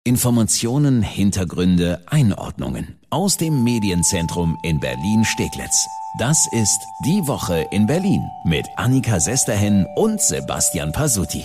Informationen, Hintergründe, Einordnungen aus dem Medienzentrum in Berlin-Steglitz. Das ist Die Woche in Berlin mit Annika Sesterhen und Sebastian Pasuti.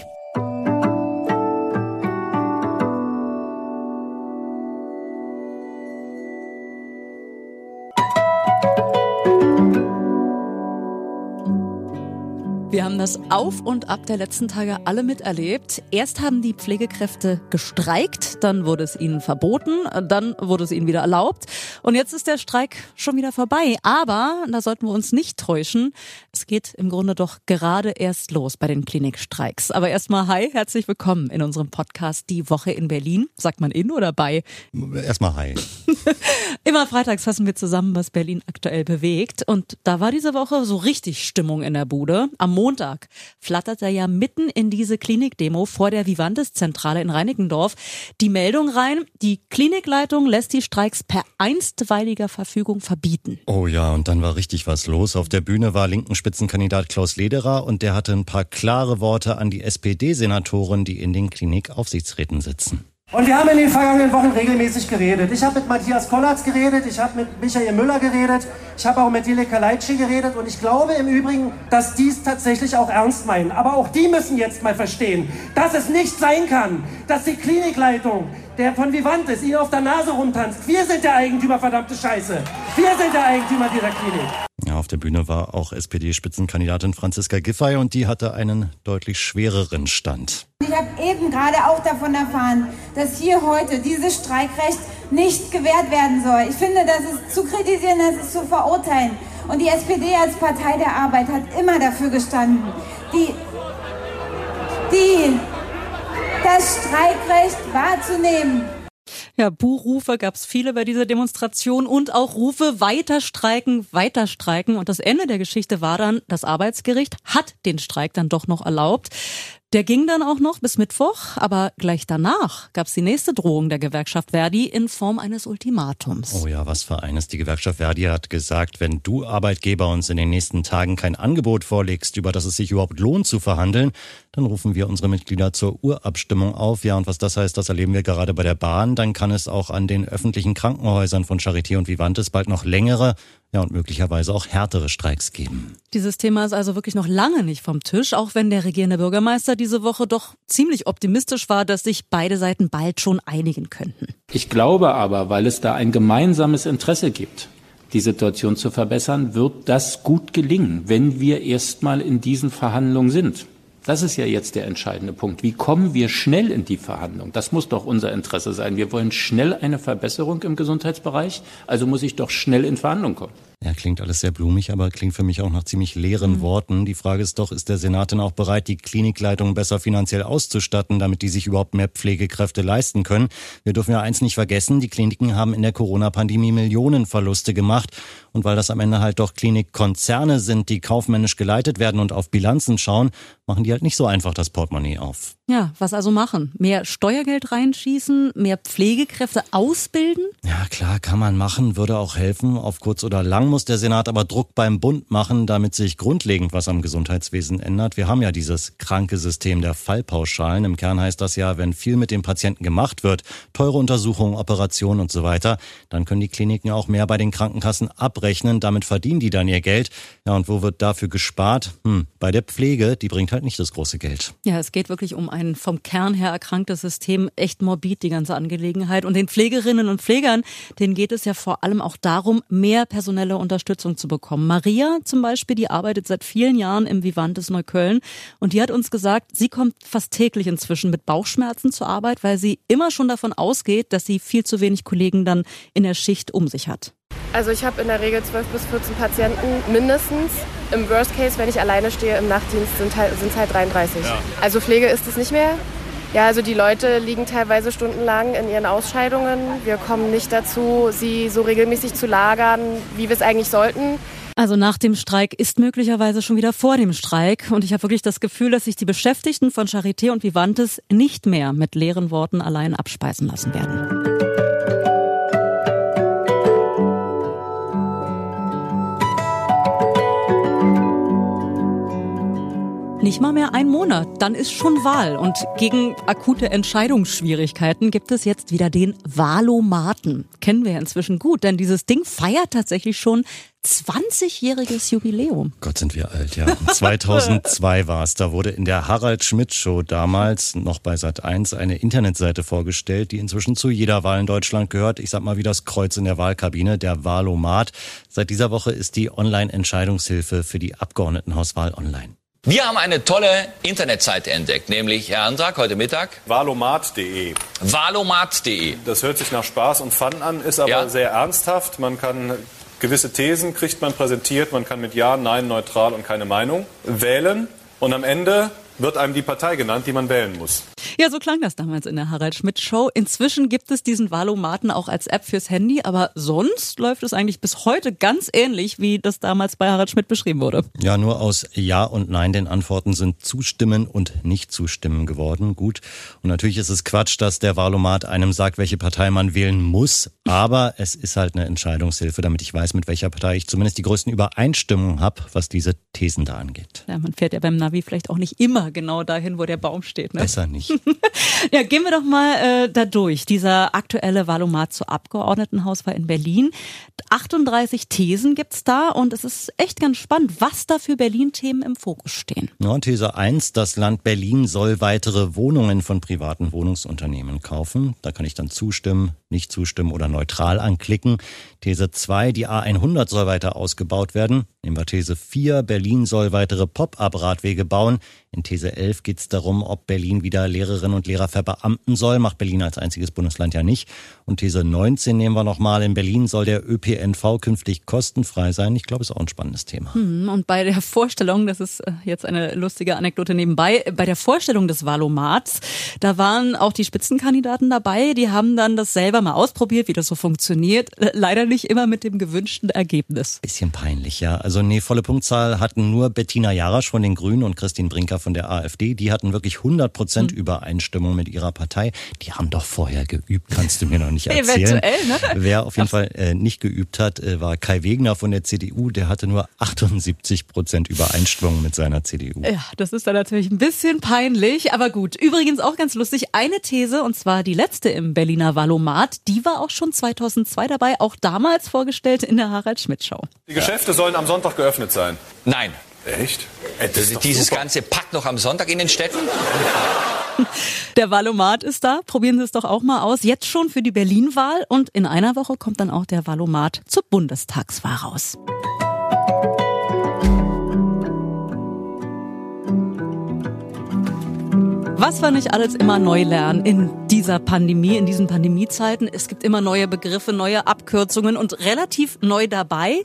Wir haben das Auf und Ab der letzten Tage alle miterlebt. Erst haben die Pflegekräfte gestreikt, dann wurde es ihnen verboten, dann wurde es ihnen wieder erlaubt. Und jetzt ist der Streik schon wieder vorbei. Aber, da sollten wir uns nicht täuschen, es geht im Grunde doch gerade erst los bei den Klinikstreiks. Aber erstmal hi, herzlich willkommen in unserem Podcast Die Woche in Berlin. Sagt man in oder bei? Erstmal hi. Immer freitags fassen wir zusammen, was Berlin aktuell bewegt. Und da war diese Woche so richtig Stimmung in der Bude. Am Montag flatterte ja mitten in diese Klinikdemo vor der Vivantes-Zentrale in Reinickendorf die Meldung rein, die Klinikleitung lässt die Streiks per einstweiliger Verfügung verbieten. Oh ja, und dann war richtig was los. Auf der Bühne war linken Spitzenkandidat Klaus Lederer und der hatte ein paar klare Worte an die SPD-Senatoren, die in den Klinikaufsichtsräten sitzen. Und wir haben in den vergangenen Wochen regelmäßig geredet. Ich habe mit Matthias Kollatz geredet, ich habe mit Michael Müller geredet, ich habe auch mit Dilek Kaleitschi geredet und ich glaube im Übrigen, dass die es tatsächlich auch ernst meinen. Aber auch die müssen jetzt mal verstehen, dass es nicht sein kann, dass die Klinikleitung, der von Vivantes, ihnen auf der Nase rumtanzt. Wir sind der Eigentümer, verdammte Scheiße. Wir sind der Eigentümer dieser Klinik. Ja, auf der Bühne war auch SPD-Spitzenkandidatin Franziska Giffey und die hatte einen deutlich schwereren Stand. Ich habe eben gerade auch davon erfahren, dass hier heute dieses Streikrecht nicht gewährt werden soll. Ich finde, das ist zu kritisieren, das ist zu verurteilen. Und die SPD als Partei der Arbeit hat immer dafür gestanden, das Streikrecht wahrzunehmen. Ja, Buhrufe gab es viele bei dieser Demonstration und auch Rufe weiter streiken, weiter streiken. Und das Ende der Geschichte war dann, das Arbeitsgericht hat den Streik dann doch noch erlaubt. Der ging dann auch noch bis Mittwoch, aber gleich danach gab es die nächste Drohung der Gewerkschaft Verdi in Form eines Ultimatums. Oh ja, was für eines. Die Gewerkschaft Verdi hat gesagt, wenn du Arbeitgeber uns in den nächsten Tagen kein Angebot vorlegst, über das es sich überhaupt lohnt zu verhandeln, dann rufen wir unsere Mitglieder zur Urabstimmung auf. Ja, und was das heißt, das erleben wir gerade bei der Bahn. Dann kann es auch an den öffentlichen Krankenhäusern von Charité und Vivantes bald noch längere, ja, und möglicherweise auch härtere Streiks geben. Dieses Thema ist also wirklich noch lange nicht vom Tisch, auch wenn der regierende Bürgermeister diese Woche doch ziemlich optimistisch war, dass sich beide Seiten bald schon einigen könnten. Ich glaube aber, weil es da ein gemeinsames Interesse gibt, die Situation zu verbessern, wird das gut gelingen, wenn wir erstmal in diesen Verhandlungen sind. Das ist ja jetzt der entscheidende Punkt. Wie kommen wir schnell in die Verhandlung? Das muss doch unser Interesse sein. Wir wollen schnell eine Verbesserung im Gesundheitsbereich, also muss ich doch schnell in Verhandlungen kommen. Ja, klingt alles sehr blumig, aber klingt für mich auch nach ziemlich leeren Worten. Die Frage ist doch, ist der Senat denn auch bereit, die Klinikleitung besser finanziell auszustatten, damit die sich überhaupt mehr Pflegekräfte leisten können? Wir dürfen ja eins nicht vergessen, die Kliniken haben in der Corona-Pandemie Millionenverluste gemacht. Und weil das am Ende halt doch Klinikkonzerne sind, die kaufmännisch geleitet werden und auf Bilanzen schauen, machen die halt nicht so einfach das Portemonnaie auf. Ja, was also machen? Mehr Steuergeld reinschießen, mehr Pflegekräfte ausbilden? Ja, klar, kann man machen, würde auch helfen. Auf kurz oder lang muss der Senat aber Druck beim Bund machen, damit sich grundlegend was am Gesundheitswesen ändert. Wir haben ja dieses kranke System der Fallpauschalen. Im Kern heißt das ja, wenn viel mit dem Patienten gemacht wird, teure Untersuchungen, Operationen und so weiter, dann können die Kliniken auch mehr bei den Krankenkassen abrechnen. Damit verdienen die dann ihr Geld. Ja, und wo wird dafür gespart? Bei der Pflege, die bringt halt nicht das große Geld. Ja, es geht wirklich um ein vom Kern her erkranktes System, echt morbid, die ganze Angelegenheit. Und den Pflegerinnen und Pflegern, denen geht es ja vor allem auch darum, mehr personelle Unterstützung zu bekommen. Maria zum Beispiel, die arbeitet seit vielen Jahren im Vivantes Neukölln und die hat uns gesagt, sie kommt fast täglich inzwischen mit Bauchschmerzen zur Arbeit, weil sie immer schon davon ausgeht, dass sie viel zu wenig Kollegen dann in der Schicht um sich hat. Also ich habe in der Regel 12 bis 14 Patienten mindestens. Im Worst Case, wenn ich alleine stehe im Nachtdienst, sind es halt 33. Ja. Also Pflege ist es nicht mehr. Ja, also die Leute liegen teilweise stundenlang in ihren Ausscheidungen. Wir kommen nicht dazu, sie so regelmäßig zu lagern, wie wir es eigentlich sollten. Also nach dem Streik ist möglicherweise schon wieder vor dem Streik. Und ich habe wirklich das Gefühl, dass sich die Beschäftigten von Charité und Vivantes nicht mehr mit leeren Worten allein abspeisen lassen werden. Nicht mal mehr ein Monat, dann ist schon Wahl. Und gegen akute Entscheidungsschwierigkeiten gibt es jetzt wieder den Wahlomaten. Kennen wir inzwischen gut, denn dieses Ding feiert tatsächlich schon 20-jähriges Jubiläum. Gott, sind wir alt, ja. 2002 war es. Da wurde in der Harald-Schmidt-Show damals noch bei Sat.1 eine Internetseite vorgestellt, die inzwischen zu jeder Wahl in Deutschland gehört. Ich sag mal wie das Kreuz in der Wahlkabine, der Wahlomat. Seit dieser Woche ist die Online-Entscheidungshilfe für die Abgeordnetenhauswahl online. Wir haben eine tolle Internetseite entdeckt, nämlich, Herr Antrag, heute Mittag. Wahlomat.de. Wahlomat.de. Das hört sich nach Spaß und Fun an, ist aber sehr ernsthaft. Man kann gewisse Thesen kriegt man präsentiert, man kann mit Ja, Nein, neutral und keine Meinung wählen und am Ende wird einem die Partei genannt, die man wählen muss. Ja, so klang das damals in der Harald-Schmidt-Show. Inzwischen gibt es diesen Wahlomaten auch als App fürs Handy, aber sonst läuft es eigentlich bis heute ganz ähnlich, wie das damals bei Harald Schmidt beschrieben wurde. Ja, nur aus Ja und Nein den Antworten sind Zustimmen und Nicht-Zustimmen geworden. Gut. Und natürlich ist es Quatsch, dass der Wahlomat einem sagt, welche Partei man wählen muss. Aber es ist halt eine Entscheidungshilfe, damit ich weiß, mit welcher Partei ich zumindest die größten Übereinstimmungen habe, was diese Thesen da angeht. Ja, man fährt ja beim Navi vielleicht auch nicht immer genau dahin, wo der Baum steht. Ne? Besser nicht. Ja, gehen wir doch mal da durch. Dieser aktuelle Wahlomat zur Abgeordnetenhauswahl in Berlin. 38 Thesen gibt's da und es ist echt ganz spannend, was da für Berlin-Themen im Fokus stehen. Ja, These 1, das Land Berlin soll weitere Wohnungen von privaten Wohnungsunternehmen kaufen. Da kann ich dann zustimmen, nicht zustimmen oder neutral anklicken. These 2, die A100 soll weiter ausgebaut werden. Nehmen wir These 4, Berlin soll weitere Pop-up-Radwege bauen. In These 11 geht es darum, ob Berlin wieder Lehrerinnen und Lehrer verbeamten soll. Macht Berlin als einziges Bundesland ja nicht. Und These 19 nehmen wir nochmal. In Berlin soll der ÖPNV künftig kostenfrei sein. Ich glaube, ist auch ein spannendes Thema. Und bei der Vorstellung, das ist jetzt eine lustige Anekdote nebenbei, bei der Vorstellung des Wahlomats, da waren auch die Spitzenkandidaten dabei. Die haben dann das selber mal ausprobiert, wie das so funktioniert. Leider nicht immer mit dem gewünschten Ergebnis. Bisschen peinlich, ja. Also volle Punktzahl hatten nur Bettina Jarasch von den Grünen und Christine Brinker von der AfD. Die hatten wirklich 100% Übereinstimmung mit ihrer Partei. Die haben doch vorher geübt, kannst du mir noch nicht erzählen. Eventuell, ne? Wer auf jeden Fall nicht geübt hat, war Kai Wegner von der CDU. Der hatte nur 78% Übereinstimmung mit seiner CDU. Ja, das ist dann natürlich ein bisschen peinlich, aber gut. Übrigens auch ganz lustig, eine These, und zwar die letzte im Berliner Wahlomat, die war auch schon 2002 dabei, auch damals vorgestellt in der Harald-Schmidt-Show. Die Geschäfte sollen am Sonntag geöffnet sein. Nein. Echt? Dieses ganze Pack noch am Sonntag in den Städten? Der Wahlomat ist da. Probieren Sie es doch auch mal aus. Jetzt schon für die Berlin-Wahl. Und in einer Woche kommt dann auch der Wahlomat zur Bundestagswahl raus. Was wir nicht alles immer neu lernen in dieser Pandemie, in diesen Pandemiezeiten. Es gibt immer neue Begriffe, neue Abkürzungen und relativ neu dabei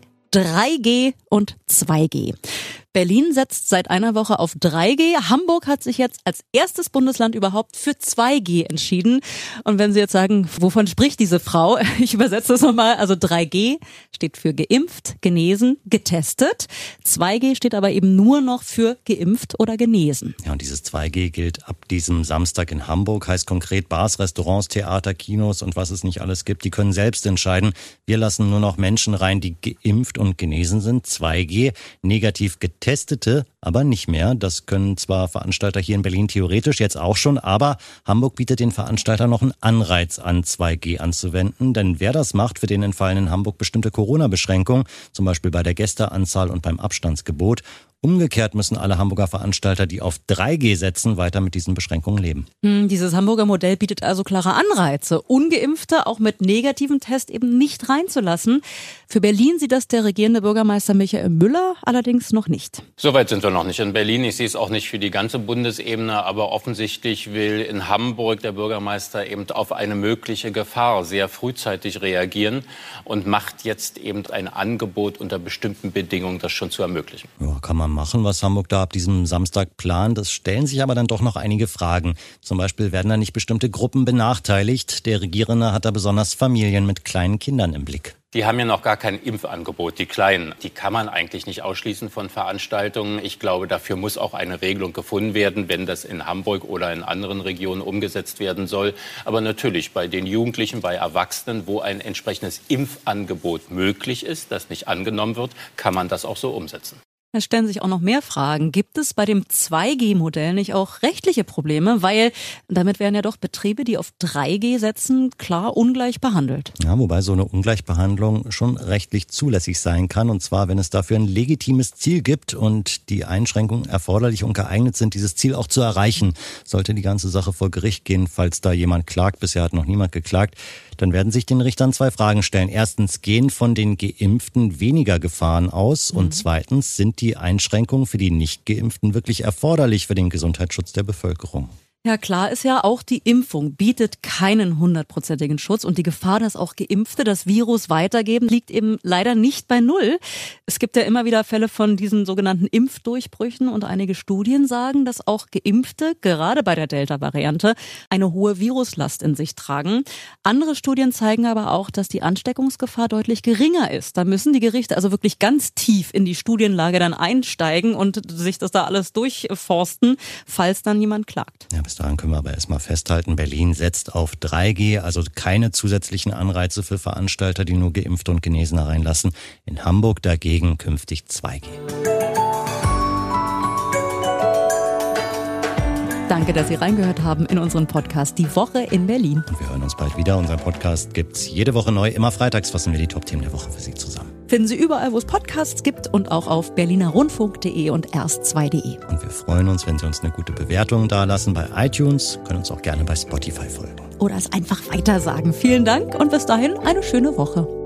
3G und 2G. Berlin setzt seit einer Woche auf 3G. Hamburg hat sich jetzt als erstes Bundesland überhaupt für 2G entschieden. Und wenn Sie jetzt sagen, wovon spricht diese Frau? Ich übersetze das nochmal. Also 3G steht für geimpft, genesen, getestet. 2G steht aber eben nur noch für geimpft oder genesen. Ja, und dieses 2G gilt ab diesem Samstag in Hamburg. Heißt konkret Bars, Restaurants, Theater, Kinos und was es nicht alles gibt. Die können selbst entscheiden. Wir lassen nur noch Menschen rein, die geimpft und genesen sind. 2G, negativ Getestete, aber nicht mehr. Das können zwar Veranstalter hier in Berlin theoretisch jetzt auch schon, aber Hamburg bietet den Veranstaltern noch einen Anreiz an, 2G anzuwenden. Denn wer das macht, für den entfallen in Hamburg bestimmte Corona-Beschränkungen, zum Beispiel bei der Gästeanzahl und beim Abstandsgebot. Umgekehrt müssen alle Hamburger Veranstalter, die auf 3G setzen, weiter mit diesen Beschränkungen leben. Dieses Hamburger Modell bietet also klare Anreize, Ungeimpfte auch mit negativem Test eben nicht reinzulassen. Für Berlin sieht das der regierende Bürgermeister Michael Müller allerdings noch nicht. Soweit sind wir noch nicht in Berlin. Ich sehe es auch nicht für die ganze Bundesebene. Aber offensichtlich will in Hamburg der Bürgermeister eben auf eine mögliche Gefahr sehr frühzeitig reagieren und macht jetzt eben ein Angebot unter bestimmten Bedingungen, das schon zu ermöglichen. Ja, kann man machen, was Hamburg da ab diesem Samstag plant. Es stellen sich aber dann doch noch einige Fragen. Zum Beispiel werden da nicht bestimmte Gruppen benachteiligt. Der Regierende hat da besonders Familien mit kleinen Kindern im Blick. Die haben ja noch gar kein Impfangebot, die Kleinen. Die kann man eigentlich nicht ausschließen von Veranstaltungen. Ich glaube, dafür muss auch eine Regelung gefunden werden, wenn das in Hamburg oder in anderen Regionen umgesetzt werden soll. Aber natürlich bei den Jugendlichen, bei Erwachsenen, wo ein entsprechendes Impfangebot möglich ist, das nicht angenommen wird, kann man das auch so umsetzen. Es stellen sich auch noch mehr Fragen. Gibt es bei dem 2G-Modell nicht auch rechtliche Probleme? Weil damit werden ja doch Betriebe, die auf 3G setzen, klar ungleich behandelt. Ja, wobei so eine Ungleichbehandlung schon rechtlich zulässig sein kann. Und zwar, wenn es dafür ein legitimes Ziel gibt und die Einschränkungen erforderlich und geeignet sind, dieses Ziel auch zu erreichen. Sollte die ganze Sache vor Gericht gehen, falls da jemand klagt, bisher hat noch niemand geklagt, dann werden sich den Richtern 2 Fragen stellen. Erstens, gehen von den Geimpften weniger Gefahren aus? Und zweitens, sind die Einschränkungen für die Nicht-Geimpften wirklich erforderlich für den Gesundheitsschutz der Bevölkerung? Ja, klar ist ja, auch die Impfung bietet keinen 100%igen Schutz und die Gefahr, dass auch Geimpfte das Virus weitergeben, liegt eben leider nicht bei 0. Es gibt ja immer wieder Fälle von diesen sogenannten Impfdurchbrüchen und einige Studien sagen, dass auch Geimpfte, gerade bei der Delta-Variante, eine hohe Viruslast in sich tragen. Andere Studien zeigen aber auch, dass die Ansteckungsgefahr deutlich geringer ist. Da müssen die Gerichte also wirklich ganz tief in die Studienlage dann einsteigen und sich das da alles durchforsten, falls dann jemand klagt. Ja, bis dahin können wir aber erstmal festhalten, Berlin setzt auf 3G, also keine zusätzlichen Anreize für Veranstalter, die nur Geimpfte und Genesene reinlassen. In Hamburg dagegen künftig 2G. Danke, dass Sie reingehört haben in unseren Podcast Die Woche in Berlin. Und wir hören uns bald wieder. Unseren Podcast gibt's jede Woche neu. Immer freitags fassen wir die Top-Themen der Woche für Sie zusammen. Finden Sie überall, wo es Podcasts gibt und auch auf berlinerrundfunk.de und erst2.de. Und wir freuen uns, wenn Sie uns eine gute Bewertung dalassen bei iTunes. Können uns auch gerne bei Spotify folgen. Oder es einfach weitersagen. Vielen Dank und bis dahin eine schöne Woche.